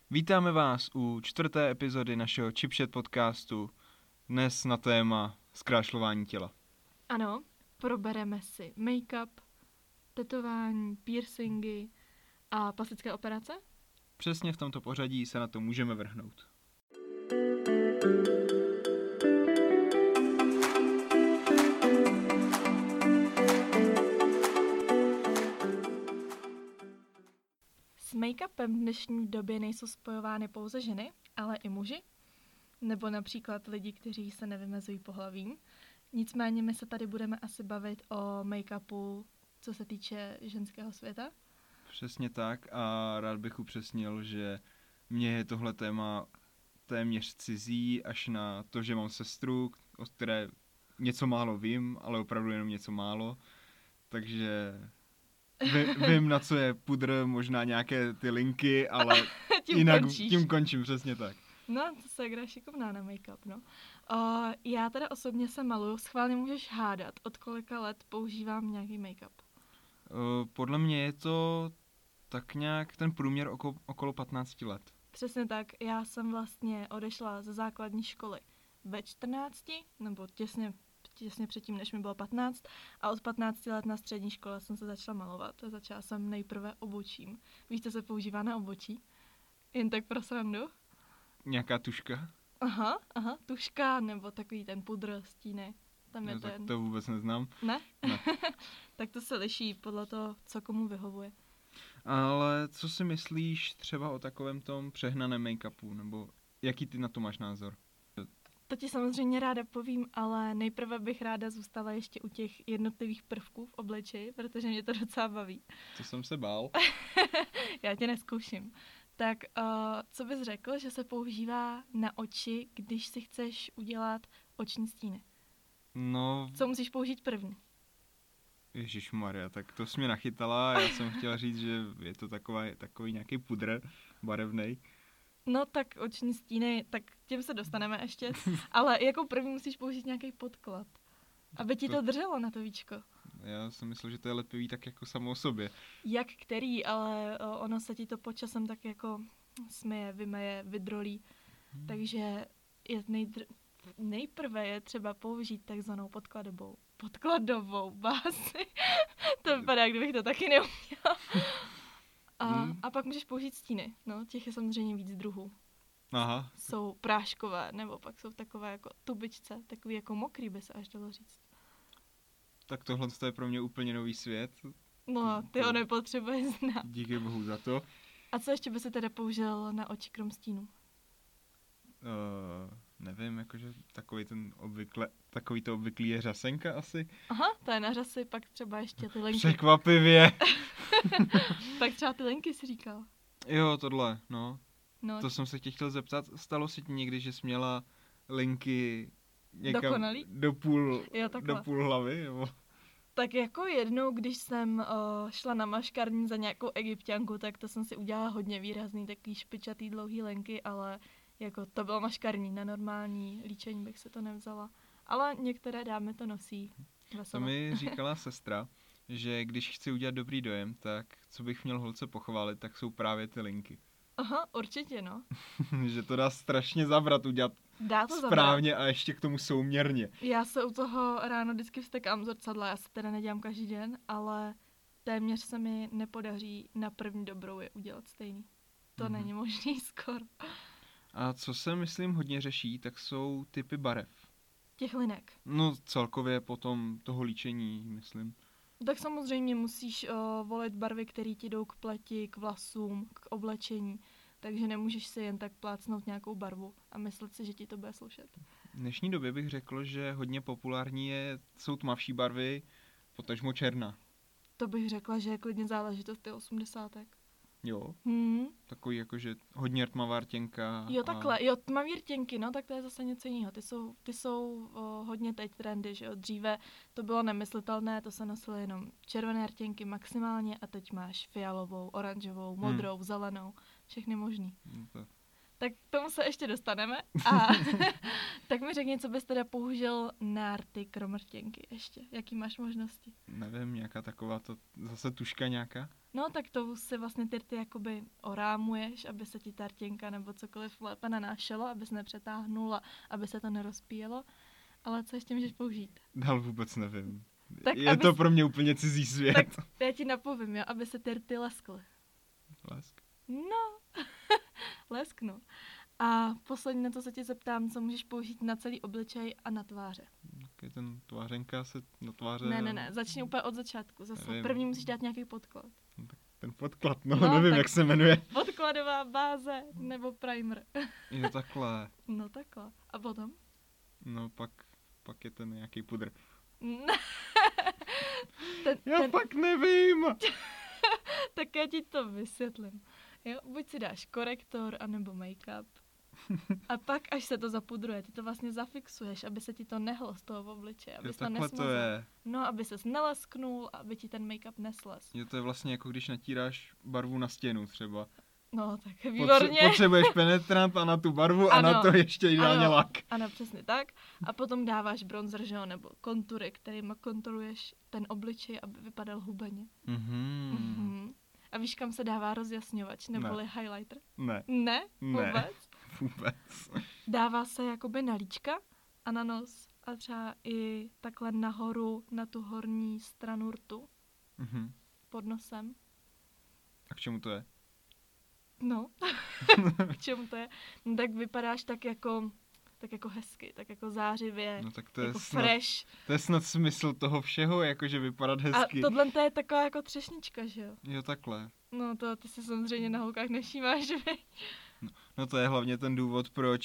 Vítáme vás u 4. epizody našeho Chipchat podcastu, dnes na téma zkrášlování těla. Ano, probereme si make-up, tetování, piercingy a plastické operace. Přesně v tomto pořadí se na to můžeme vrhnout. S make-upem v dnešní době nejsou spojovány pouze ženy, ale i muži, nebo například lidi, kteří se nevymezují pohlavím. Nicméně my se tady budeme asi bavit o make-upu, co se týče ženského světa. Přesně tak a rád bych upřesnil, že mně je tohle téma téměř cizí, až na to, že mám sestru, o které něco málo vím, ale opravdu jenom něco málo. Takže vím, na co je pudr, možná nějaké ty linky, ale tím končím, přesně tak. No, to se hra šikovná na make-up, no. Já teda osobně se maluju, schválně můžeš hádat, od kolika let používám nějaký make-up. Podle mě je to tak nějak ten průměr okolo 15 let. Přesně tak, já jsem vlastně odešla ze základní školy ve 14, nebo těsně předtím, než mi bylo 15, a od 15 let na střední škole jsem se začala malovat. Začala jsem nejprve obočím. Víš, co se používá na obočí? Jen tak pro srandu. Nějaká tuška? Aha, tuška, nebo takový ten pudr, stíny. Tam je no, tak to vůbec neznám. Ne? Ne. Tak to se liší podle toho, co komu vyhovuje. Ale co si myslíš třeba o takovém tom přehnaném make-upu, nebo jaký ty na to máš názor? To ti samozřejmě ráda povím, ale nejprve bych ráda zůstala ještě u těch jednotlivých prvků v obličeji, protože mě to docela baví. To jsem se bál. Já tě neskouším. Tak co bys řekl, že se používá na oči, když si chceš udělat oční stíny? No... Co musíš použít první? Ježišmarja, tak to jsi mě nachytala. Já jsem chtěl říct, že je to takový nějaký pudr barevnej. No tak oční stíny, tak těm se dostaneme ještě, ale jako první musíš použít nějaký podklad, aby ti to drželo na to víčko. Já jsem myslel, že to je lepivý tak jako samo o sobě. Jak který, ale ono se ti to počasem tak jako směje, vymeje, vydrolí, takže nejprve je třeba použít takzvanou podkladovou bázi. To vypadá, jak kdybych to taky neuměla. A pak můžeš použít stíny, no, těch je samozřejmě víc druhů. Aha. Jsou práškové, nebo pak jsou takové jako tubičce, takový jako mokrý by se až dalo říct. Tak tohle je pro mě úplně nový svět. No, ty ho nepotřebuješ znát. Díky bohu za to. A co ještě by se teda použil na oči krom stínu? Nevím, jakože takový to obvyklý je řasenka asi. Aha, to je na řasy, pak třeba ještě ty linky. Překvapivě. Tak třeba ty linky jsi říkal. Jo, tohle, no. To jsem se tě chtěl zeptat, stalo se ti někdy, že jsi měla linky někam dokonalý? do půl hlavy? Nebo? Tak jako jednou, když jsem šla na maškarní za nějakou Egypťanku, tak to jsem si udělala hodně výrazný, takový špičatý dlouhý linky, ale jako to bylo maškarní, na normální líčení bych se to nevzala. Ale některé dámy to nosí. To mi říkala sestra, že když chci udělat dobrý dojem, tak co bych měl holce pochválit, tak jsou právě ty linky. Aha, určitě, no. Že to dá strašně zabrat udělat správně a ještě k tomu souměrně. Já se u toho ráno vždycky vztekám zrcadla, já se teda nedělám každý den, ale téměř se mi nepodaří na první dobrou je udělat stejný. To není možný skoro. A co se, myslím, hodně řeší, tak jsou typy barev. Těch linek? No celkově potom toho líčení, myslím. Tak samozřejmě musíš volit barvy, které ti jdou k pleti, k vlasům, k oblečení. Takže nemůžeš si jen tak plácnout nějakou barvu a myslet si, že ti to bude slušet. V dnešní době bych řekl, že hodně populární jsou tmavší barvy, potažmo černá. To bych řekla, že je klidně záležitost ty 80. Jo? Takový jakože hodně tmavá rtěnka. Jo, takhle. Jo, tmavý rtěnky, no tak to je zase něco jiného. Ty jsou hodně teď trendy, že jo. Dříve to bylo nemyslitelné, to se nosily jenom červené rtěnky maximálně a teď máš fialovou, oranžovou, modrou, zelenou, všechny možný. Tak k tomu se ještě dostaneme. A tak mi řekni, co bys teda použil na rty kromrtěnky ještě. Jaký máš možnosti? Nevím, nějaká taková to, zase tuška nějaká? No, tak to si vlastně ty rty jakoby orámuješ, aby se ti ta rtěnka nebo cokoliv lépe nanášelo, aby se nepřetáhnul a aby se to nerozpíjelo. Ale co ještě můžeš použít? Dál vůbec nevím. Tak Je to pro mě úplně cizí svět. Tak já ti napovím, jo, aby se ty rty leskly. Lesk. No, lesknu. A poslední, na to se tě zeptám, co můžeš použít na celý obličej a na tváře. Okay, ten tvářenka se na tváře... Ne, začni úplně od začátku. Zase Nevím. první musíš dát nějaký podklad. No, tak ten podklad, no nevím, tak jak se jmenuje. Podkladová báze nebo primer. Jo, takhle. No takhle. A potom? No pak je ten nějaký pudr. ten, Fakt nevím. tak já ti to vysvětlím. Jo, buď si dáš korektor, anebo make-up. A pak, až se to zapudruje, ty to vlastně zafixuješ, aby se ti to nehlo z toho obličeje, aby se to Takhle nesmazal. to je. No, aby ses nelesknul, aby ti ten make-up neslez. Jo, to je vlastně jako když natíráš barvu na stěnu třeba. No, tak výborně. Potřebuješ penetrant a na tu barvu a na to ještě ideálně ano, lak. Ano, přesně tak. A potom dáváš bronzer, že jo, nebo kontury, kterýma konturuješ ten obličej, aby vypadal hubeně. Mhm. A víš, kam se dává rozjasňovač, neboli Ne. highlighter? Ne. Ne? Ne. Vůbec? Vůbec. Dává se jakoby na líčka a na nos a třeba i takhle nahoru na tu horní stranu rtu Mhm. pod nosem. A k čemu to je? No, k čemu to je? No, tak vypadáš tak jako hezky, tak jako zářivě, No tak to je jako snad, fresh. to je snad smysl toho všeho, jakože vypadat hezky. A tohle to je taková jako třešnička, že jo? Jo, takhle. No to ty si samozřejmě na holkách nevšímáš, viď? No to je hlavně ten důvod, proč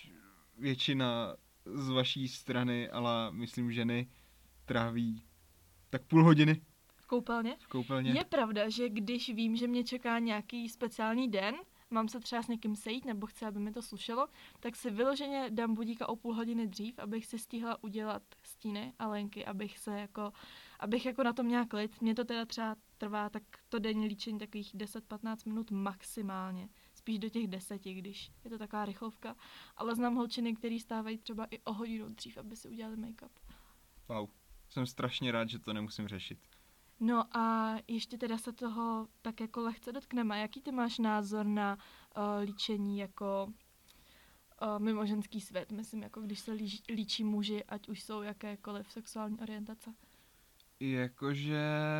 většina z vaší strany, ale myslím ženy, tráví tak půl hodiny V koupelně? v koupelně. Je pravda, že když vím, že mě čeká nějaký speciální den, mám se třeba s někým sejít nebo chci, aby mi to slušelo, tak si vyloženě dám budíka o půl hodiny dřív, abych si stihla udělat stíny a lenky, abych jako na to měla klid. Mně to teda třeba trvá tak to denní líčení takových 10-15 minut maximálně. Spíš do těch 10, když je to taková rychlovka. Ale znám holčiny, které stávají třeba i o hodinu dřív, aby si udělali make-up. Wow. Jsem strašně rád, že to nemusím řešit. No a ještě teda se toho tak jako lehce dotkneme. Jaký ty máš názor na líčení jako mimoženský svět? Myslím, jako když se líčí muži, ať už jsou jakékoliv sexuální orientace. Jakože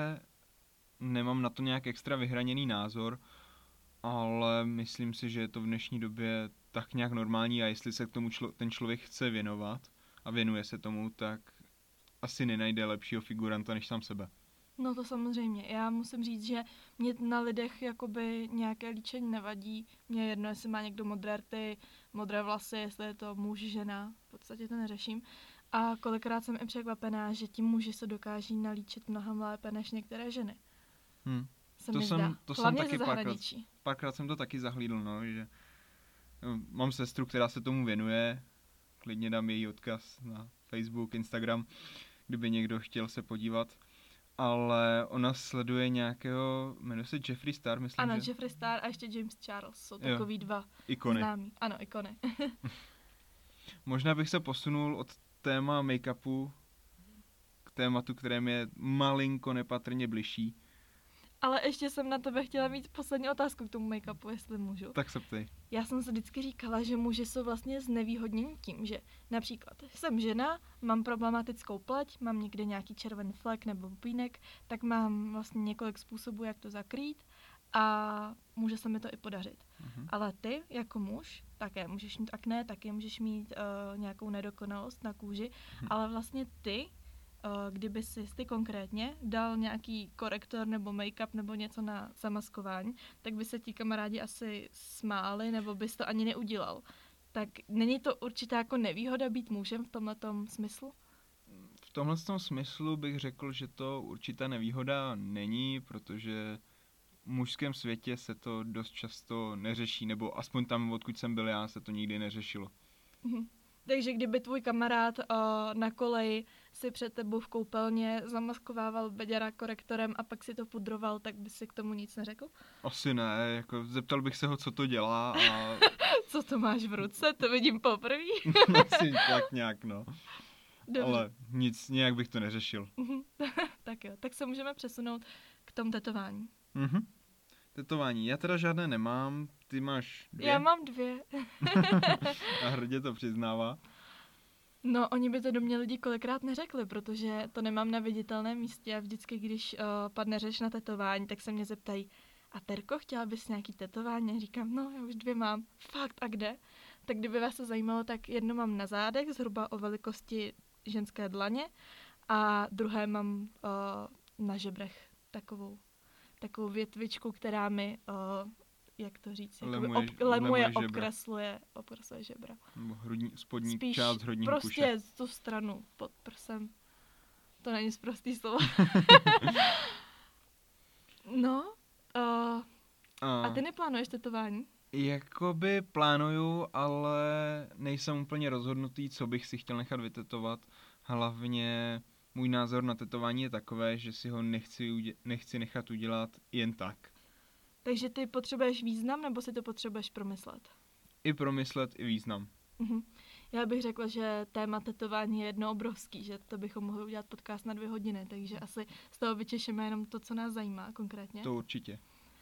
nemám na to nějak extra vyhraněný názor, ale myslím si, že je to v dnešní době tak nějak normální a jestli se k tomu ten člověk chce věnovat a věnuje se tomu, tak asi nenajde lepšího figuranta než sám sebe. No to samozřejmě. Já musím říct, že mě na lidech jakoby nějaké líčení nevadí. Mně je jedno, jestli má někdo modré rty, modré vlasy, jestli je to muž, žena. V podstatě to neřeším. A kolikrát jsem i překvapená, že ti muži se dokáží nalíčit mnohem lépe než některé ženy. Se To mi jsem- zdá. to jsem Hlavně taky ze zahraničí. Párkrát jsem to taky zahlídl, no, že mám sestru, která se tomu věnuje, klidně dám její odkaz na Facebook, Instagram, kdyby někdo chtěl se podívat, ale ona sleduje nějakého, jmenuje se Jeffree Star, myslím, Ano, že Jeffree Star a ještě James Charles jsou Jo. takový dva ikony. známí. Ano, ikony. Možná bych se posunul od téma make-upu k tématu, které mi je malinko nepatrně bližší. Ale ještě jsem na tebe chtěla mít poslední otázku k tomu make-upu, jestli můžu. Tak se ptej. Já jsem se vždycky říkala, že muži jsou vlastně znevýhodněni tím, že například jsem žena, mám problematickou pleť, mám někde nějaký červený flek nebo pupínek, tak mám vlastně několik způsobů, jak to zakrýt a může se mi to i podařit. Ale ty jako muž také můžeš mít akné, taky můžeš mít nějakou nedokonalost na kůži, ale vlastně ty, kdyby si ty konkrétně dal nějaký korektor nebo make-up nebo něco na zamaskování, tak by se ti kamarádi asi smáli nebo bys to ani neudělal. Tak není to určitá jako nevýhoda být mužem v tomhletom smyslu? V tomhle smyslu bych řekl, že to určitá nevýhoda není, protože v mužském světě se to dost často neřeší, nebo aspoň tam, odkud jsem byl já, se to nikdy neřešilo. Takže kdyby tvůj kamarád na koleji si před tebou v koupelně zamaskovával beďara korektorem a pak si to pudroval, tak by si k tomu nic neřekl? Asi ne, jako zeptal bych se ho, co to dělá a... Co to máš v ruce? To vidím poprvé. Asi tak nějak, no. Dobře. Ale nic, nějak bych to neřešil. Tak jo, tak se můžeme přesunout k tomu tetování. Tetování, já teda žádné nemám, ty máš 2? Já mám 2. A hrdě to přiznává. No, oni by to do mě lidi kolikrát neřekli, protože to nemám na viditelném místě a vždycky, když padne řeč na tetování, tak se mě zeptají, a Terko, chtěla bys nějaký tetování? A říkám, no, já už 2 mám. Fakt, a kde? Tak kdyby vás to zajímalo, tak jedno mám na zádech, zhruba o velikosti ženské dlaně, a druhé mám na žebrech takovou větvičku, která mi, jak to říct, lemuje, obkresluje žebra. Nebo spodní část hrudního prostě kuše. Prostě tu stranu pod prsem. To není sprostý slovo. No, a ty neplánuješ tetování? Jakoby plánuju, ale nejsem úplně rozhodnutý, co bych si chtěl nechat vytetovat. Hlavně můj názor na tetování je takové, že si ho nechci nechat udělat jen tak. Takže ty potřebuješ význam, nebo si to potřebuješ promyslet? I promyslet, i význam. Já bych řekla, že téma tetování je jedno obrovský, že to bychom mohli udělat podcast na 2 hodiny, takže asi z toho vyčešeme jenom to, co nás zajímá konkrétně. To určitě.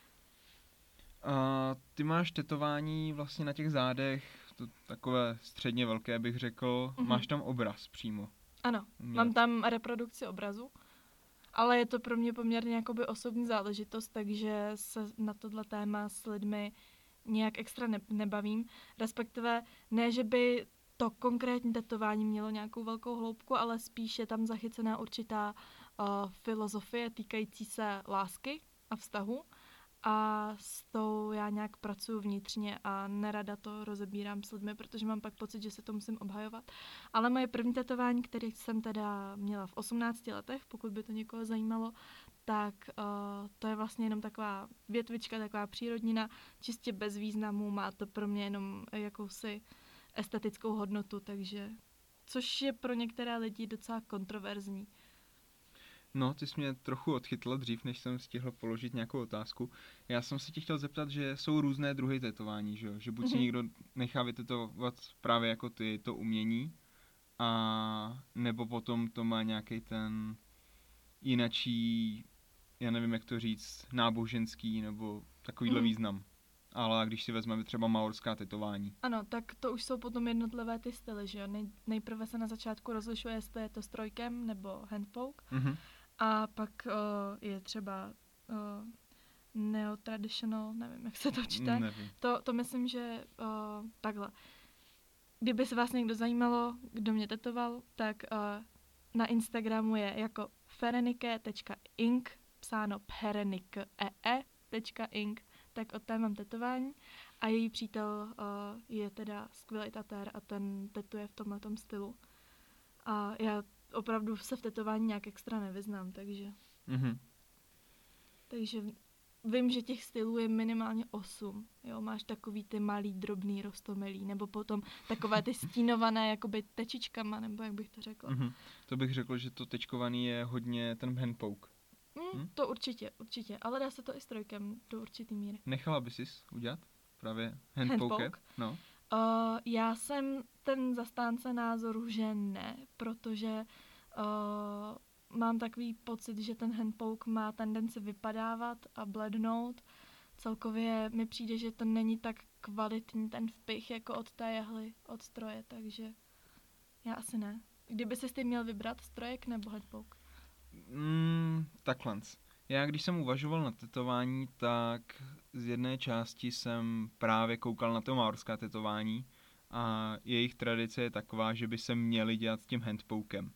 A ty máš tetování vlastně na těch zádech, to takové středně velké bych řekl, máš tam obraz přímo. Ano, mám tam reprodukci obrazu, ale je to pro mě poměrně jakoby osobní záležitost, takže se na tohle téma s lidmi nějak extra nebavím. Respektive ne, že by to konkrétní tetování mělo nějakou velkou hloubku, ale spíš je tam zachycená určitá filozofie týkající se lásky a vztahu. A s tou já nějak pracuji vnitřně a nerada to rozebírám s lidmi, protože mám pak pocit, že se to musím obhajovat. Ale moje první tetování, které jsem teda měla v 18 letech, pokud by to někoho zajímalo, tak to je vlastně jenom taková větvička, taková přírodnina, čistě bez významu, má to pro mě jenom jakousi estetickou hodnotu, takže což je pro některé lidi docela kontroverzní. No, ty jsi mě trochu odchytla dřív, než jsem stihl položit nějakou otázku. Já jsem se tě chtěl zeptat, že jsou různé druhy tetování, že buď si někdo nechá vytetovat právě jako ty, to umění, a nebo potom to má nějaký ten jinačí, já nevím, jak to říct, náboženský nebo takovýhle význam. Ale když si vezmeme třeba maorská tetování. Ano, tak to už jsou potom jednotlivé ty styly, že jo? Nejprve se na začátku rozlišuje, jestli je to strojkem nebo handpoke. A pak je třeba neotraditional, nevím, jak se to čte. To myslím, že takhle. Kdyby se vás někdo zajímalo, kdo mě tetoval, tak na Instagramu je jako ferenike.ink, psáno perenike.ink, tak od té mám tetování. A její přítel je teda skvělý tatér a ten tetuje v tomhletom stylu. A já opravdu se v tetování nějak extra nevyznám, takže... Takže vím, že těch stylů je minimálně 8. Jo, máš takový ty malý, drobný, roztomilý, nebo potom takové ty stínované jakoby tečičkama, nebo jak bych to řekla. To bych řekl, že to tečkovaný je hodně ten handpoke. To určitě, ale dá se to i strojkem do určitý míry. Nechala bys si udělat právě handpoke? No. Já jsem ten zastánce názoru, že ne, protože mám takový pocit, že ten handpoke má tendenci vypadávat a blednout. Celkově mi přijde, že to není tak kvalitní ten vpich jako od té jehly, od stroje, takže já asi ne. Kdyby si ty měl vybrat, strojek nebo handpoke? Takhle. Já když jsem uvažoval na tetování, tak z jedné části jsem právě koukal na to maorská tetování a jejich tradice je taková, že by se měli dělat s tím handpokem.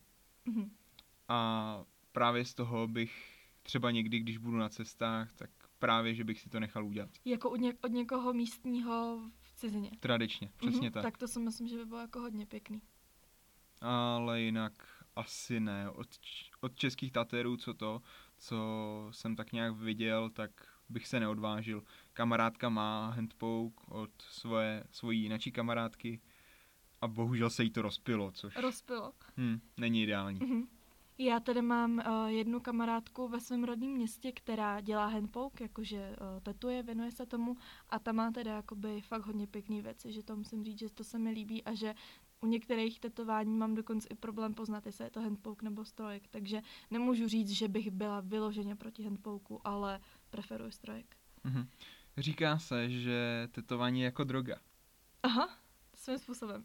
A právě z toho bych třeba někdy, když budu na cestách, tak právě, že bych si to nechal udělat. Jako od někoho místního v cizině? Tradičně, přesně tak. Tak to si myslím, že by bylo jako hodně pěkný. Ale jinak asi ne. Od českých tatérů, co jsem tak nějak viděl, tak bych se neodvážil. Kamarádka má handpoke od svojí jinačí kamarádky A bohužel se jí to rozpilo, což Rozpilo. není ideální. Já tady mám jednu kamarádku ve svém rodním městě, která dělá handpoke, jakože tetuje, věnuje se tomu a ta má teda jakoby fakt hodně pěkný věci, že to musím říct, že to se mi líbí a že u některých tetování mám dokonce i problém poznat, jestli je to handpoke nebo strojek, takže nemůžu říct, že bych byla vyloženě proti handpoku, ale preferuji strojek. Říká se, že tetování je jako droga. Aha, svým způsobem.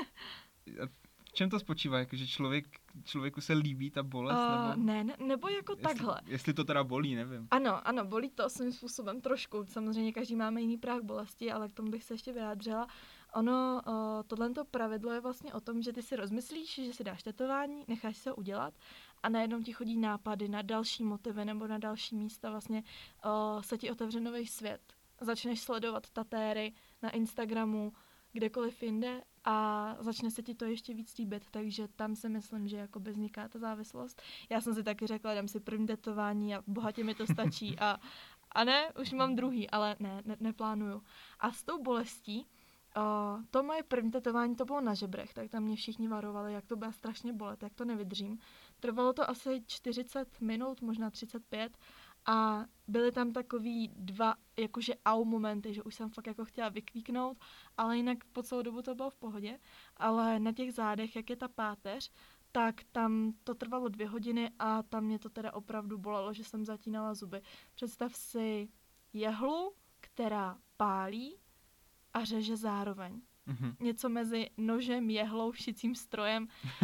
V čem to spočívá? Jakože člověku se líbí ta bolest? Nebo jako takhle. Jestli to teda bolí, nevím. Ano, bolí to svým způsobem trošku. Samozřejmě každý máme jiný práh bolesti, ale k tomu bych se ještě vyjádřila. Ono, tohleto pravidlo je vlastně o tom, že ty si rozmyslíš, že si dáš tetování, necháš se ho udělat a najednou ti chodí nápady na další motivy nebo na další místa. Vlastně se ti otevře nový svět. Začneš sledovat tatéry na Instagramu, kdekoliv jinde a začne se ti to ještě víc líbit, takže tam si myslím, že jakoby vzniká ta závislost. Já jsem si taky řekla, dám si první tetování a bohatě mi to stačí a ne, už mám druhý, ale neplánuju. A s tou bolestí, to moje první tetování, to bylo na žebrech, tak tam mě všichni varovali, jak to bude strašně bolet, jak to nevydržím. Trvalo to asi 40 minut, možná 35 a byly tam takový 2 jakože au momenty, že už jsem fakt jako chtěla vykvíknout, ale jinak po celou dobu to bylo v pohodě. Ale na těch zádech, jak je ta páteř, tak tam to trvalo 2 hodiny a tam mě to teda opravdu bolelo, že jsem zatínala zuby. Představ si jehlu, která pálí a řeže zároveň. Něco mezi nožem, jehlou, šicím strojem.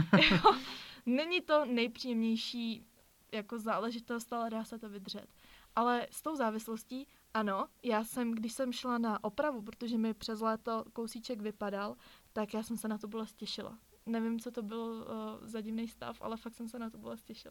Není to nejpříjemnější jako záležitost, ale dá se to vydržet. Ale s tou závislostí, ano, když jsem šla na opravu, protože mi přes léto kousíček vypadal, tak já jsem se na to bolest těšila. Nevím, co to bylo za divný stav, ale fakt jsem se na to bolest těšila.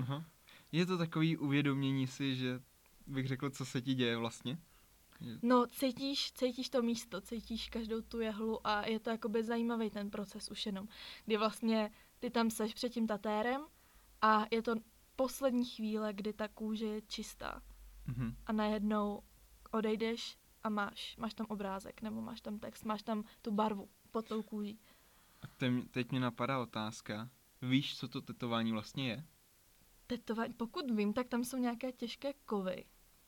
Je to takový uvědomění si, že bych řekl, co se ti děje vlastně? No, cítíš to místo, cítíš každou tu jehlu a je to jakoby zajímavý ten proces už jenom, kdy vlastně ty tam seš před tím tatérem a je to poslední chvíle, kdy ta kůže je čistá. A najednou odejdeš a máš tam obrázek, nebo máš tam text, máš tam tu barvu pod tou kůží. A teď mě napadá otázka. Víš, co to tetování vlastně je? Tetování, pokud vím, tak tam jsou nějaké těžké kovy.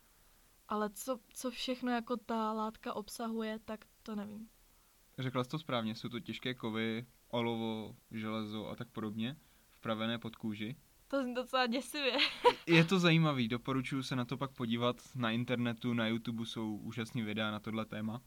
Ale co všechno jako ta látka obsahuje, tak to nevím. Řekla jsi to správně, jsou to těžké kovy, olovo, železo a tak podobně, vpravené pod kůži. To zní docela děsivě. Je to zajímavý, doporučuji se na to pak podívat na internetu, na YouTube jsou úžasný videa na tohle téma.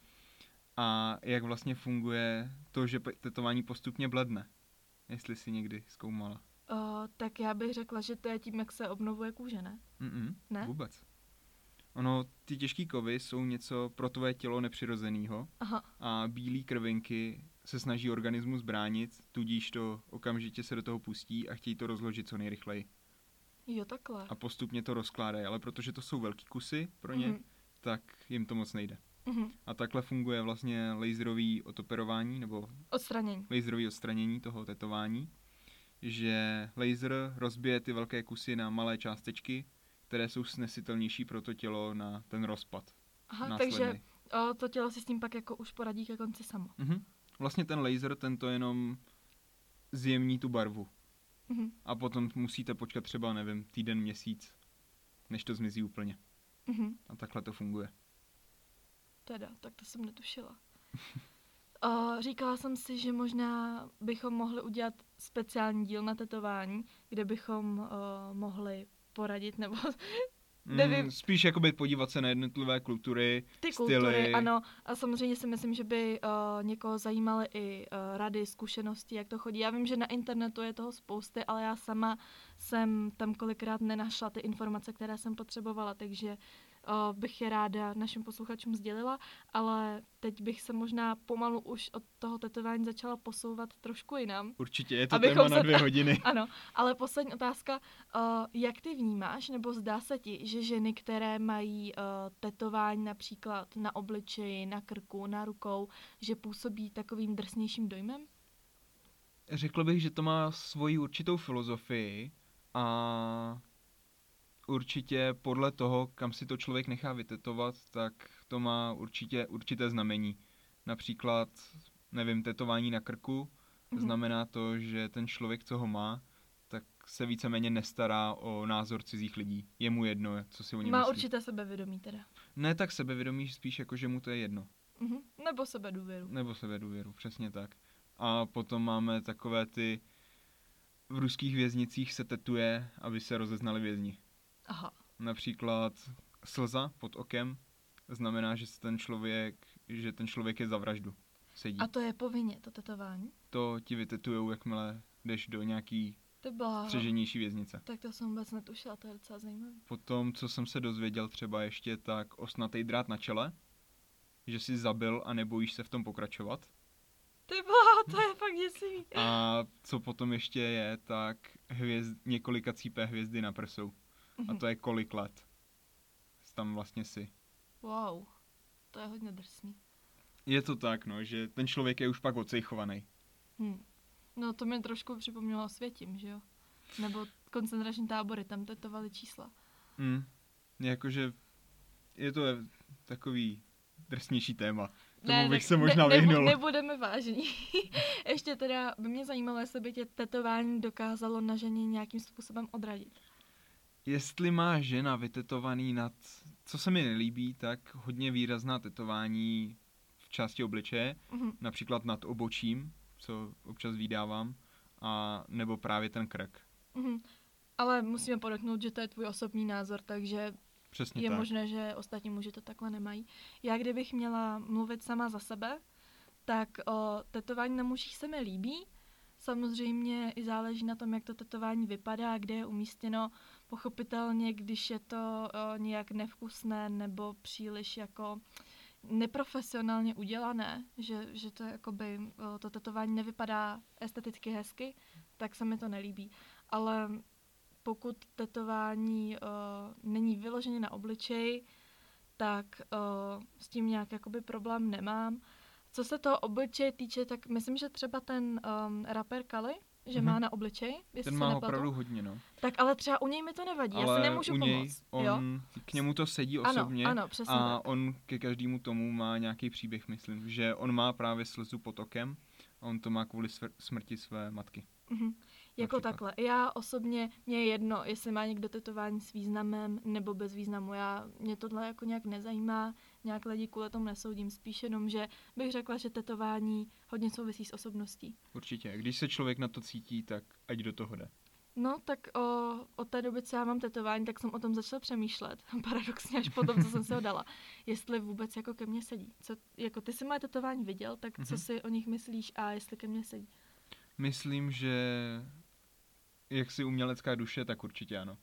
A jak vlastně funguje to, že tetování postupně bledne, jestli si někdy zkoumala. Tak já bych řekla, že to je tím, jak se obnovuje kůže, ne? Ne? Vůbec. Ono, ty těžký kovy jsou něco pro tvoje tělo nepřirozenýho. A bílé krvinky se snaží organismus bránit, tudíž to okamžitě se do toho pustí a chtějí to rozložit co nejrychleji. Jo, takhle. A postupně to rozkládají, ale protože to jsou velký kusy pro ně, tak jim to moc nejde. A takhle funguje vlastně laserový otoperování nebo laserový odstranění toho tetování, že laser rozbije ty velké kusy na malé částečky, které jsou snesitelnější pro to tělo na ten rozpad. Takže to tělo si s tím pak jako už poradí ke konci samo. Vlastně ten laser, tento jenom zjemní tu barvu. A potom musíte počkat třeba, nevím, týden, měsíc, než to zmizí úplně. A takhle to funguje. Teda, tak to jsem netušila. Říkala jsem si, že možná bychom mohli udělat speciální díl na tetování, kde bychom mohli poradit, nebo nevím. Spíš jakoby podívat se na jednotlivé kultury, ty styly. Kultury, ano. A samozřejmě si myslím, že by někoho zajímaly i rady, zkušenosti, jak to chodí. Já vím, že na internetu je toho spousty, ale já sama jsem tam kolikrát nenašla ty informace, které jsem potřebovala, takže bych je ráda našim posluchačům sdělila, ale teď bych se možná pomalu už od toho tetování začala posouvat trošku jinam. Určitě, je to téma na 2 hodiny. Ano, ale poslední otázka, jak ty vnímáš, nebo zdá se ti, že ženy, které mají tetování například na obličeji, na krku, na rukou, že působí takovým drsnějším dojmem? Řekl bych, že to má svoji určitou filozofii a určitě podle toho, kam si to člověk nechá vytetovat, tak to má určité znamení. Například nevím, tetování na krku, znamená to, že ten člověk, co ho má, tak se víceméně nestará o názor cizích lidí. Je mu jedno, co si o něm Má myslí. určité sebevědomí teda. Ne tak sebevědomí, spíš jako, že mu to je jedno. Nebo sebedůvěru. Nebo sebedůvěru, přesně tak. A potom máme takové ty, v ruských věznicích se tetuje, aby se rozeznali vězni. Aha. Například slza pod okem znamená, že ten člověk je za vraždu. Sedí. A to je povinně, to tetování? To ti vytetujou, jakmile jdeš do nějaký střeženější věznice. Tak to jsem vůbec netušila, to je docela zajímavé. Potom, co jsem se dozvěděl třeba ještě, tak osnatý drát na čele, že jsi zabil a nebojíš se v tom pokračovat. Ty bláho, to je fakt děsivý. A co potom ještě je, tak několika cípé hvězdy na prsou. A to je kolik let. Tam vlastně si. Wow, to je hodně drsný. Je to tak, no, že ten člověk je už pak odsejchovaný. No to mi trošku připomnělo Osvětim, že jo? Nebo koncentrační tábory, tam tetovali čísla. Jakože je to takový drsnější téma. Tomu bych se možná vyhnul. Nebudeme vážní. Ještě teda by mě zajímalo, jestli by tě tetování dokázalo na ženě nějakým způsobem odradit. Jestli má žena vytetovaný co se mi nelíbí, tak hodně výrazná tetování v části obličeje, například nad obočím, co občas vydávám, a nebo právě ten krk. Ale musíme podotknout, že to je tvůj osobní názor, takže přesně je tak. možné, že ostatní muži to takhle nemají. Já kdybych měla mluvit sama za sebe, tak tetování na mužích se mi líbí. Samozřejmě i záleží na tom, jak to tetování vypadá, kde je umístěno. Pochopitelně, když je to nějak nevkusné nebo příliš jako neprofesionálně udělané, že to jakoby to tetování nevypadá esteticky hezky, tak se mi to nelíbí. Ale pokud tetování není vyloženě na obličeji, tak s tím nějak jakoby problém nemám. Co se toho obličeje týče, tak myslím, že třeba ten rapper Kali, že má na obličeji, ten má opravdu hodně, no. Tak ale třeba u něj mi to nevadí, já si nemůžu pomoct. K němu to sedí osobně ano, přesně a tak. On ke každému tomu má nějaký příběh, myslím, že on má právě slzu pod okem a on to má kvůli smrti své matky. Jako takhle. Já osobně, mě je jedno, jestli má někdo tetování s významem nebo bez významu. Mě tohle jako nějak nezajímá, nějak lidi kvůli tomu nesoudím, spíš jenom, že bych řekla, že tetování hodně souvisí s osobností. Určitě. Když se člověk na to cítí, tak ať do toho jde. No, tak od té doby, co já mám tetování, tak jsem o tom začala přemýšlet. Paradoxně až po tom, co jsem se ho dala. Jestli vůbec jako ke mně sedí. Jako ty jsi moje tetování viděl, tak co si o nich myslíš a jestli ke mně sedí? Myslím, že jak si umělecká duše, tak určitě ano.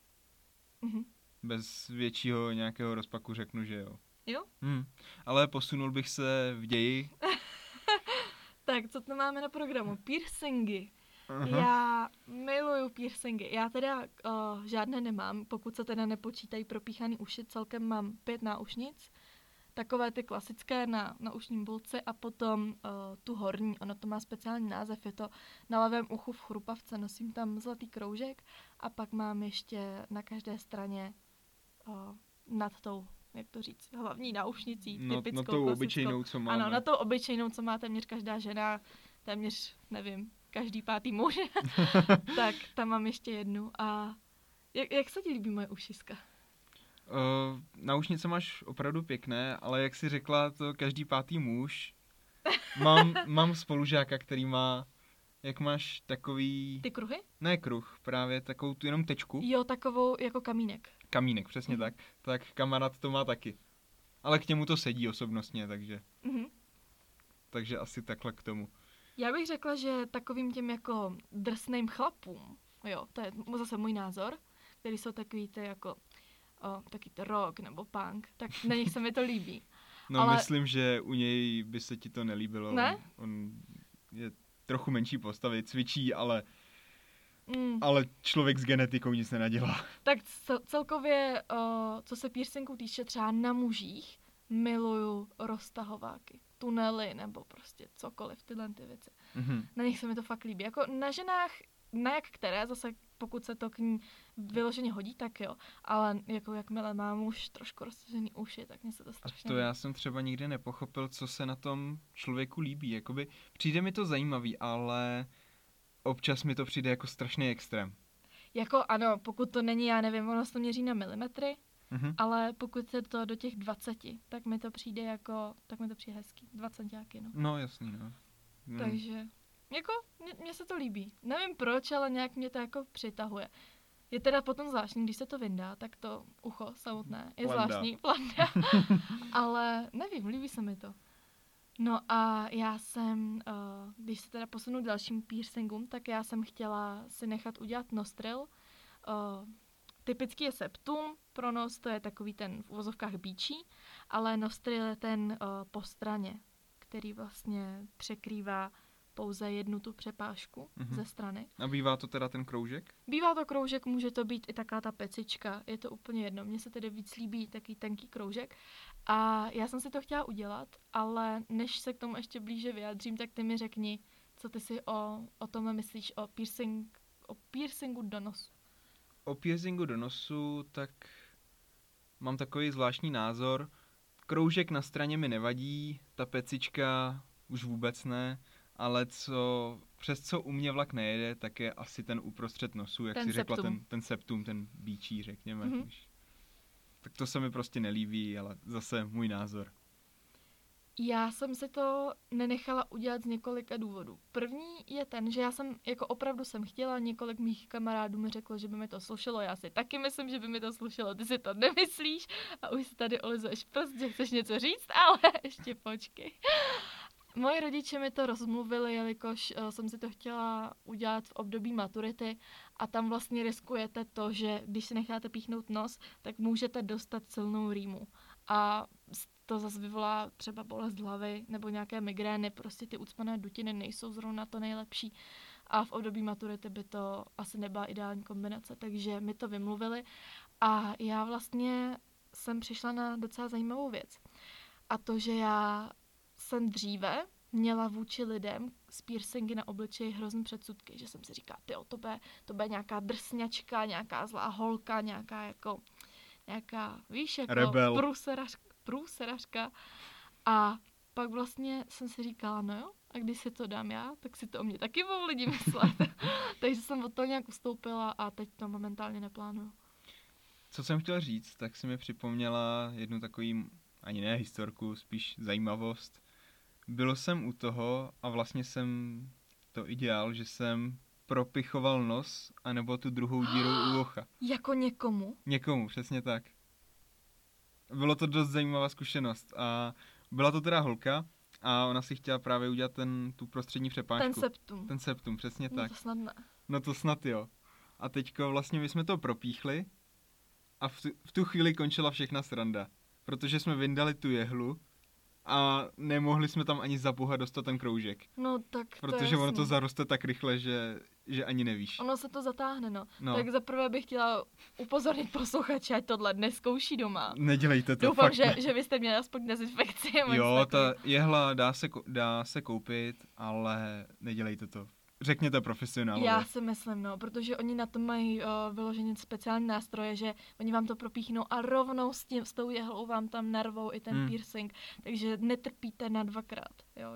Bez většího nějakého rozpaku řeknu, že jo. Jo? Ale posunul bych se v ději. Tak, co to máme na programu? Piercingy. Já miluju piercingy. Já teda žádné nemám, pokud se teda nepočítají propíchaný uši. Celkem mám 5 náušnic. Takové ty klasické na ušním bulci a potom tu horní. Ono to má speciální název. Je to na levém uchu v chrupavce. Nosím tam zlatý kroužek a pak mám ještě na každé straně nad tou, jak to říct, hlavní náušnicí. Typickou, na tou obyčejnou, co máme. Ano, na tou obyčejnou, co má téměř každá žena, téměř, nevím, každý 5. muž. Tak tam mám ještě jednu. A jak se ti líbí moje ušiska? Náušnice máš opravdu pěkné, ale jak jsi řekla, to každý 5. muž. Mám spolužáka, který má, jak máš takový... Ty kruhy? Ne kruh, právě takovou tu jenom tečku. Jo, takovou jako kamínek. Kamínek, přesně tak. Tak kamarád to má taky. Ale k němu to sedí osobnostně, takže... Takže asi takhle k tomu. Já bych řekla, že takovým těm jako drsným chlapům, jo, to je zase můj názor, který jsou takový ty jako... taky to rock nebo punk, tak na nich se mi to líbí. No ale... myslím, že u něj by se ti to nelíbilo. Ne? On je trochu menší postavy, cvičí, ale člověk s genetikou nic nenadělá. Tak celkově, co se piercingu týče třeba na mužích, miluju roztahováky, tunely nebo prostě cokoliv, tyhle ty věci. Na nich se mi to fakt líbí. Jako na ženách ne jak které, zase pokud se to k ní vyloženě hodí, tak jo. Ale jako jakmile mám už trošku roztažený uši, tak mě se to strašně... A to já jsem třeba nikdy nepochopil, co se na tom člověku líbí. Jakoby přijde mi to zajímavý, ale občas mi to přijde jako strašný extrém. Jako ano, pokud to není, já nevím, ono se to měří na milimetry, Ale pokud je to do těch 20, tak mi to přijde hezký. 20 nějaký, no. No jasný, no. Takže, jako, mně se to líbí. Nevím proč, ale nějak mě to jako přitahuje. Je teda potom zvláštní, když se to vyndá, tak to ucho samotné je zvláštní, planda. Ale nevím, líbí se mi to. No a já jsem, když se teda posunu k dalším piercingům, tak já jsem chtěla si nechat udělat nostril. Typický je septum, pro nos to je takový ten v uvozovkách bíčí, ale nostril je ten po straně, který vlastně překrývá pouze jednu tu přepážku ze strany. A bývá to teda ten kroužek? Bývá to kroužek, může to být i taká ta pecička, je to úplně jedno. Mně se tedy víc líbí taký tenký kroužek. A já jsem si to chtěla udělat, ale než se k tomu ještě blíže vyjádřím, tak ty mi řekni, co ty si o tom myslíš, o piercingu do nosu. O piercingu do nosu, tak mám takový zvláštní názor. Kroužek na straně mi nevadí, ta pecička už vůbec ne, ale přes co u mě vlak nejede, tak je asi ten uprostřed nosu, jak ten si řekla, septum. ten septum, ten bíčí, řekněme. Tak to se mi prostě nelíbí, ale zase můj názor. Já jsem si to nenechala udělat z několika důvodů. První je ten, že já jsem, jako opravdu jsem chtěla, několik mých kamarádů mi řeklo, že by mi to slušelo, já si taky myslím, že by mi to slušelo, ty si to nemyslíš a už si tady olizuješ prst, že chceš něco říct, ale ještě počkej. Moji rodiče mi to rozmluvili, jelikož jsem si to chtěla udělat v období maturity a tam vlastně riskujete to, že když si necháte píchnout nos, tak můžete dostat silnou rýmu. A to zase vyvolá třeba bolest hlavy nebo nějaké migrény, prostě ty ucpané dutiny nejsou zrovna to nejlepší. A v období maturity by to asi nebyla ideální kombinace, takže mi to vymluvili. A já vlastně jsem přišla na docela zajímavou věc. A to, že já jsem dříve měla vůči lidem s piercingy na obličeji hrozný předsudky, že jsem si říkala, to bude nějaká drsňačka, nějaká zlá holka, nějaká, víš, jako rebel. průserařka. A pak vlastně jsem si říkala, no jo, a když si to dám já, tak si to o mě taky budou lidi myslet. Takže jsem od toho nějak ustoupila a teď to momentálně neplánuju. Co jsem chtěl říct, tak si mi připomněla jednu takový, ani ne historku, spíš zajímavost. Byl jsem u toho a vlastně jsem to i dělal, že jsem propichoval nos anebo tu druhou díru u ucha. Jako někomu? Někomu, přesně tak. Bylo to dost zajímavá zkušenost a byla to teda holka a ona si chtěla právě udělat tu prostřední přepážku. Ten septum, přesně tak. No to snad ne. No to snad jo. A teďko vlastně my jsme to propíchli a v tu chvíli končila všechna sranda. Protože jsme vyndali tu jehlu a nemohli jsme tam ani za boha dostat ten kroužek. No tak protože ono to zaroste tak rychle, že ani nevíš. Ono se to zatáhne, no. Tak zaprvé bych chtěla upozornit posluchače, ať tohle neskouší doma. Nedělejte to. Doufám, že vy jste měli aspoň dezinfekci. Jo, ta jehla dá se koupit, ale nedělejte to. Řekněte profesionálové. Já si myslím, no, protože oni na to mají vyloženě speciální nástroje, že oni vám to propíchnou a rovnou s tou jehlou vám tam narvou i ten piercing, takže netrpíte na dvakrát, jo,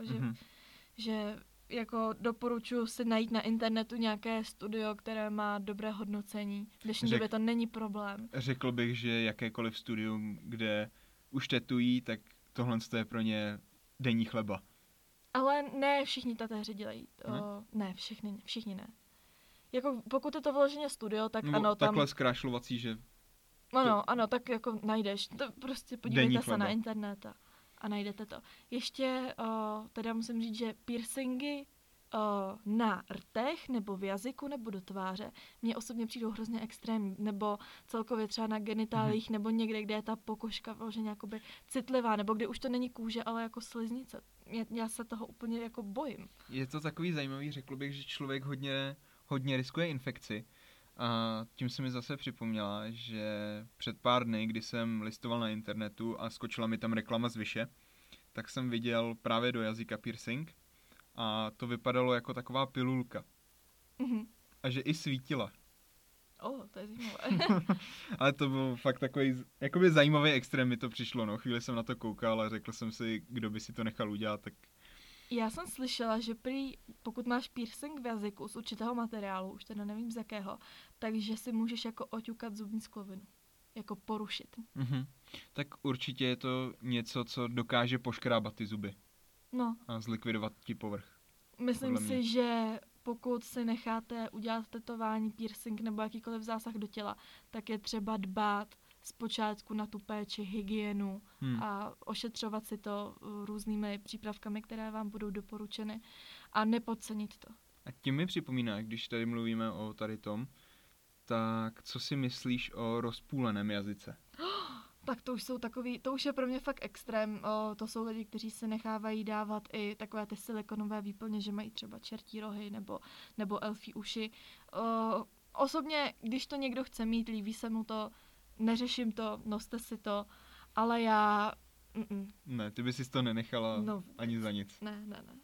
že jako doporučuji si najít na internetu nějaké studio, které má dobré hodnocení. V dnešní době to není problém. Řekl bych, že jakékoliv studium, kde už tetují, tak tohle je pro ně denní chleba. Ale ne všichni tatéři dělají. Ne, všichni ne. Jako pokud je to vyloženě studio, tak ano. Takhle zkrášlovací, že... Ano, tak jako najdeš. To prostě podívejte se na internet a najdete to. Ještě teda musím říct, že piercingy na rtech nebo v jazyku nebo do tváře mně osobně přijdou hrozně extrémní, nebo celkově třeba na genitálích nebo někde, kde je ta pokožka vyloženě jakoby citlivá, nebo kde už to není kůže, ale jako sliznice. Já se toho úplně jako bojím. Je to takový zajímavý, řekl bych, že člověk hodně riskuje infekci. A tím se mi zase připomněla, že před pár dny, kdy jsem listoval na internetu a skočila mi tam reklama z Vyše, tak jsem viděl právě do jazyka piercing a to vypadalo jako taková pilulka. a že i svítila. To je zajímavé. Ale to byl fakt takový, jakoby zajímavý extrém mi to přišlo, no. Chvíli jsem na to koukal a řekl jsem si, kdo by si to nechal udělat, tak... Já jsem slyšela, že prý, pokud máš piercing v jazyku z určitého materiálu, už teda nevím z jakého, takže si můžeš jako oťukat zubní sklovinu. Jako porušit. Mhm. Tak určitě je to něco, co dokáže poškrábat ty zuby. No. A zlikvidovat ti povrch. Myslím si, že pokud si necháte udělat tetování, piercing nebo jakýkoliv zásah do těla, tak je třeba dbát zpočátku na tu péči, hygienu a ošetřovat si to různými přípravkami, které vám budou doporučeny a nepodcenit to. A tím mi připomíná, když tady mluvíme o tady tom, tak co si myslíš o rozpůleném jazyce? Tak to už jsou takový, to už je pro mě fakt extrém. To jsou lidi, kteří se nechávají dávat i takové ty silikonové výplně, že mají třeba čertí rohy nebo elfí uši. Osobně, když to někdo chce mít, líbí se mu to, neřeším to, noste si to, ale já... Ne, ty bys si to nenechala ani za nic. Ne.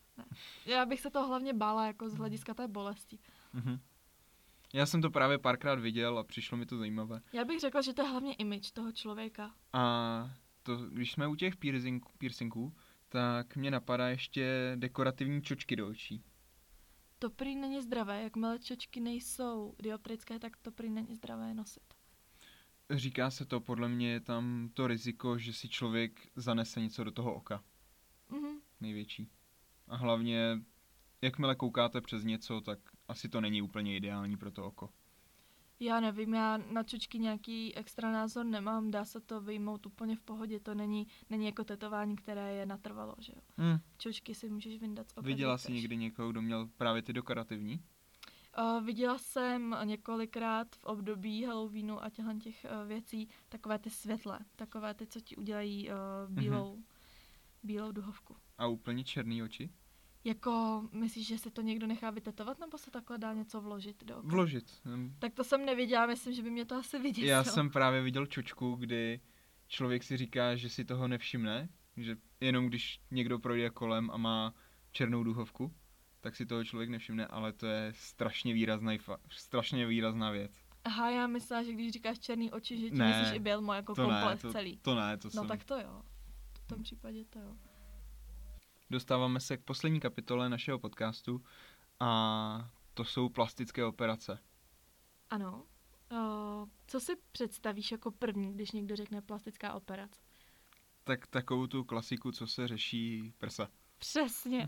Já bych se toho hlavně bála jako z hlediska té bolesti. Mhm. Já jsem to právě párkrát viděl a přišlo mi to zajímavé. Já bych řekla, že to je hlavně image toho člověka. A to, když jsme u těch piercingů, tak mě napadá ještě dekorativní čočky do očí. To prý není zdravé, jakmile čočky nejsou dioptrické, tak to prý není zdravé nosit. Říká se to, podle mě je tam to riziko, že si člověk zanese něco do toho oka. Mhm. Největší. A hlavně, jakmile koukáte přes něco, tak asi to není úplně ideální pro to oko. Já nevím, já na čočky nějaký extra názor nemám, dá se to vyjmout úplně v pohodě, to není jako tetování, které je natrvalo, že jo. Čočky si můžeš vyndat z oka. Viděla jsi někdy někoho, kdo měl právě ty dekorativní? Viděla jsem několikrát v období Halloweenu a těch věcí takové ty světlé, takové ty, co ti udělají bílou duhovku. A úplně černý oči? Jako, myslíš, že si to někdo nechá vytetovat, nebo se takhle dá něco vložit do oka? Vložit. Tak to jsem neviděla, myslím, že by mě to asi vyděsilo. Já jsem právě viděl čočku, kdy člověk si říká, že si toho nevšimne, že jenom když někdo projde kolem a má černou duhovku, tak si toho člověk nevšimne, ale to je strašně výrazná věc. Aha, já myslela, že když říkáš černý oči, že ti myslíš i bělmo jako komplet celý. To ne, to No jsem... tak to jo. V tom případě to jo. Dostáváme se k poslední kapitole našeho podcastu a to jsou plastické operace. Ano. Co si představíš jako první, když někdo řekne plastická operace? Tak takovou tu klasiku, co se řeší prsa. Přesně.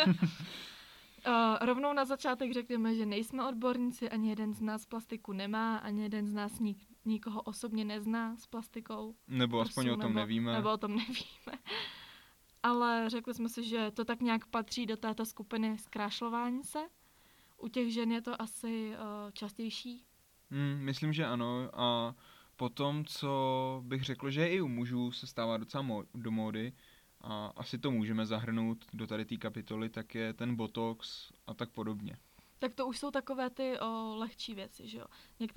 Rovnou na začátek řekneme, že nejsme odborníci, ani jeden z nás plastiku nemá, ani jeden z nás nikoho osobně nezná s plastikou. Nebo aspoň o tom nevíme. Nebo o tom nevíme. Ale řekli jsme si, že to tak nějak patří do této skupiny zkrášlování se. U těch žen je to asi častější. Myslím, že ano. A potom, co bych řekl, že i u mužů se stává docela do módy, a asi to můžeme zahrnout do tady té kapitoly, tak je ten botox a tak podobně. Tak to už jsou takové ty lehčí věci, že jo.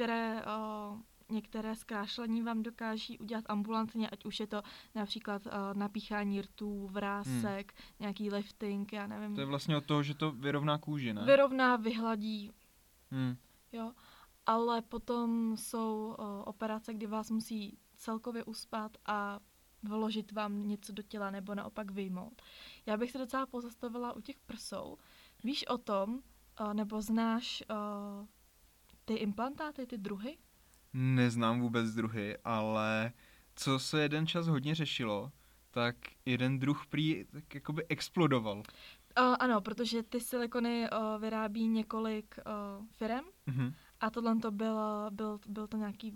Některé zkrášlení vám dokáží udělat ambulantně, ať už je to například napíchání rtů, vrásek, nějaký lifting, já nevím. To je vlastně od toho, že to vyrovná kůži, ne? Vyrovná, vyhladí, jo. Ale potom jsou operace, kdy vás musí celkově uspat a vložit vám něco do těla nebo naopak vyjmout. Já bych se docela pozastavila u těch prsou. Víš o tom, nebo znáš ty implantáty, ty druhy? Neznám vůbec druhy, ale co se jeden čas hodně řešilo, tak jeden druh prý tak jakoby explodoval. Ano, protože ty silikony vyrábí několik firem a tohle to byl to nějaký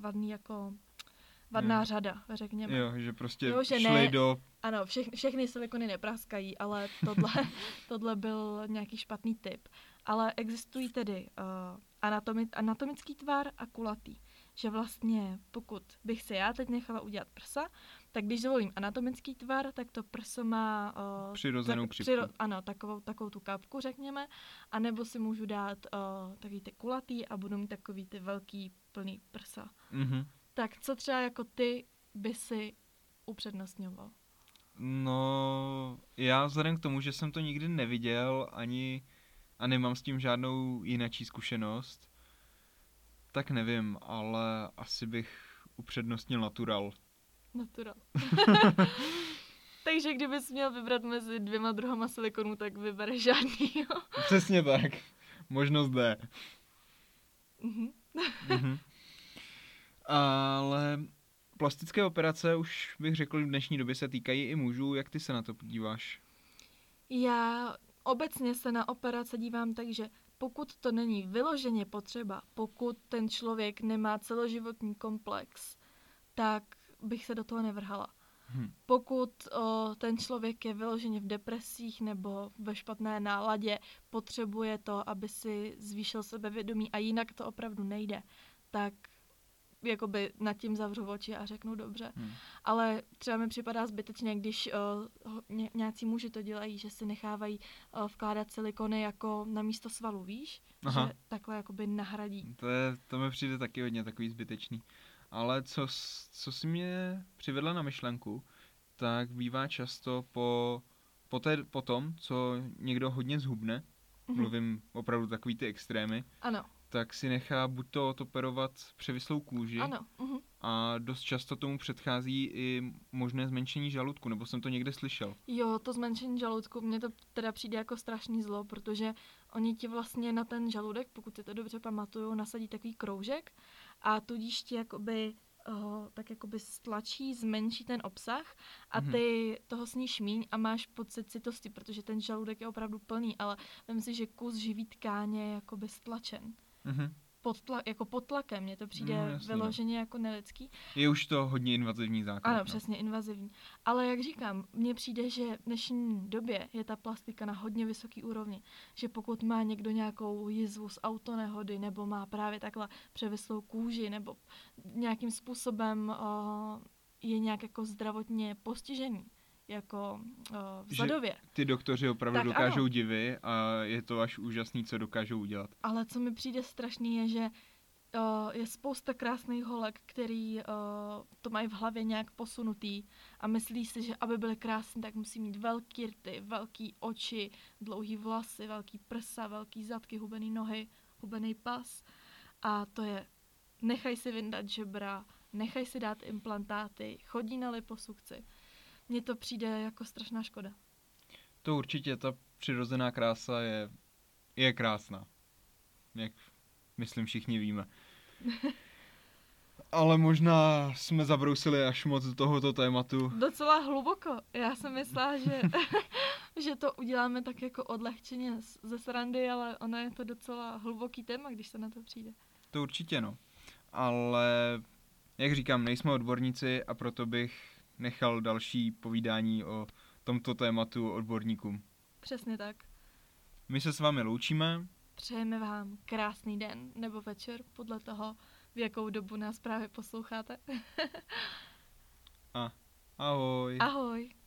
vadná řada, řekněme. Jo, že prostě šli do... Ano, všechny silikony nepraskají, ale tohle byl nějaký špatný typ. Ale existují tedy anatomický tvar a kulatý. Že vlastně, pokud bych se já teď nechala udělat prsa, tak když zvolím anatomický tvar, tak to prso má... přirozenou křivku. Ano, takovou tu kapku, řekněme. A nebo si můžu dát takový ty kulatý a budu mít takový ty velký plný prsa. Tak co třeba jako ty by si upřednostňoval? No, já vzhledem k tomu, že jsem to nikdy neviděl a nemám s tím žádnou jinačí zkušenost, Tak nevím, ale asi bych upřednostnil natural. Natural. Takže kdybys měl vybrat mezi 2 druhama silikonu, tak vybereš žádný, jo? Přesně tak. Možnost D. Mhm. Ale plastické operace už bych řekl v dnešní době se týkají i mužů. Jak ty se na to podíváš? Já obecně se na operace dívám tak, že pokud to není vyloženě potřeba, pokud ten člověk nemá celoživotní komplex, tak bych se do toho nevrhala. Pokud ten člověk je vyloženě v depresích nebo ve špatné náladě, potřebuje to, aby si zvýšil sebevědomí a jinak to opravdu nejde, tak jakoby nad tím zavřu oči a řeknu dobře. Ale třeba mi připadá zbytečně, když nějací muži to dělají, že si nechávají vkládat silikony jako na místo svalů, víš? Aha. Že takhle jakoby nahradí. To mi přijde taky hodně takový zbytečný. Ale co si mě přivedla na myšlenku, tak bývá často po tom, co někdo hodně zhubne, mluvím opravdu takový ty extrémy, ano. Tak si nechá buď to odoperovat převislou kůži, ano. A dost často tomu předchází i možné zmenšení žaludku, nebo jsem to někde slyšel. Jo, to zmenšení žaludku, mně to teda přijde jako strašný zlo, protože oni ti vlastně na ten žaludek, pokud si to dobře pamatuju, nasadí takový kroužek a tudíž ti jakoby tak jakoby stlačí, zmenší ten obsah a ty toho sníš míň a máš pocit sytosti, protože ten žaludek je opravdu plný, ale vem si, že kus živý tkáně je jakoby stlačen. Pod tlakem, mně to přijde vyloženě jako nelidský. Je už to hodně invazivní zákrok. Ano, přesně, invazivní. Ale jak říkám, mně přijde, že v dnešní době je ta plastika na hodně vysoký úrovni. Že pokud má někdo nějakou jizvu z autonehody, nebo má právě takhle převislou kůži, nebo nějakým způsobem je nějak jako zdravotně postižený, jako vzhledově. Že ty doktoři opravdu tak dokážou divy a je to až úžasný, co dokážou udělat. Ale co mi přijde strašný je, že je spousta krásných holek, který to mají v hlavě nějak posunutý a myslí si, že aby byly krásné, tak musí mít velký rty, velký oči, dlouhý vlasy, velký prsa, velký zadky, hubený nohy, hubený pas. A to je, nechaj si vyndat žebra, nechaj si dát implantáty, chodí na liposukci. Mně to přijde jako strašná škoda. To určitě, ta přirozená krása je krásná. Jak myslím všichni víme. Ale možná jsme zabrousili až moc do tohoto tématu. Docela hluboko. Já jsem myslela, že to uděláme tak jako odlehčeně ze srandy, ale ono je to docela hluboký téma, když se na to přijde. To určitě, no. Ale jak říkám, nejsme odborníci a proto bych nechal další povídání o tomto tématu odborníkům. Přesně tak. My se s vámi loučíme. Přejeme vám krásný den nebo večer, podle toho, v jakou dobu nás právě posloucháte. Ahoj. Ahoj.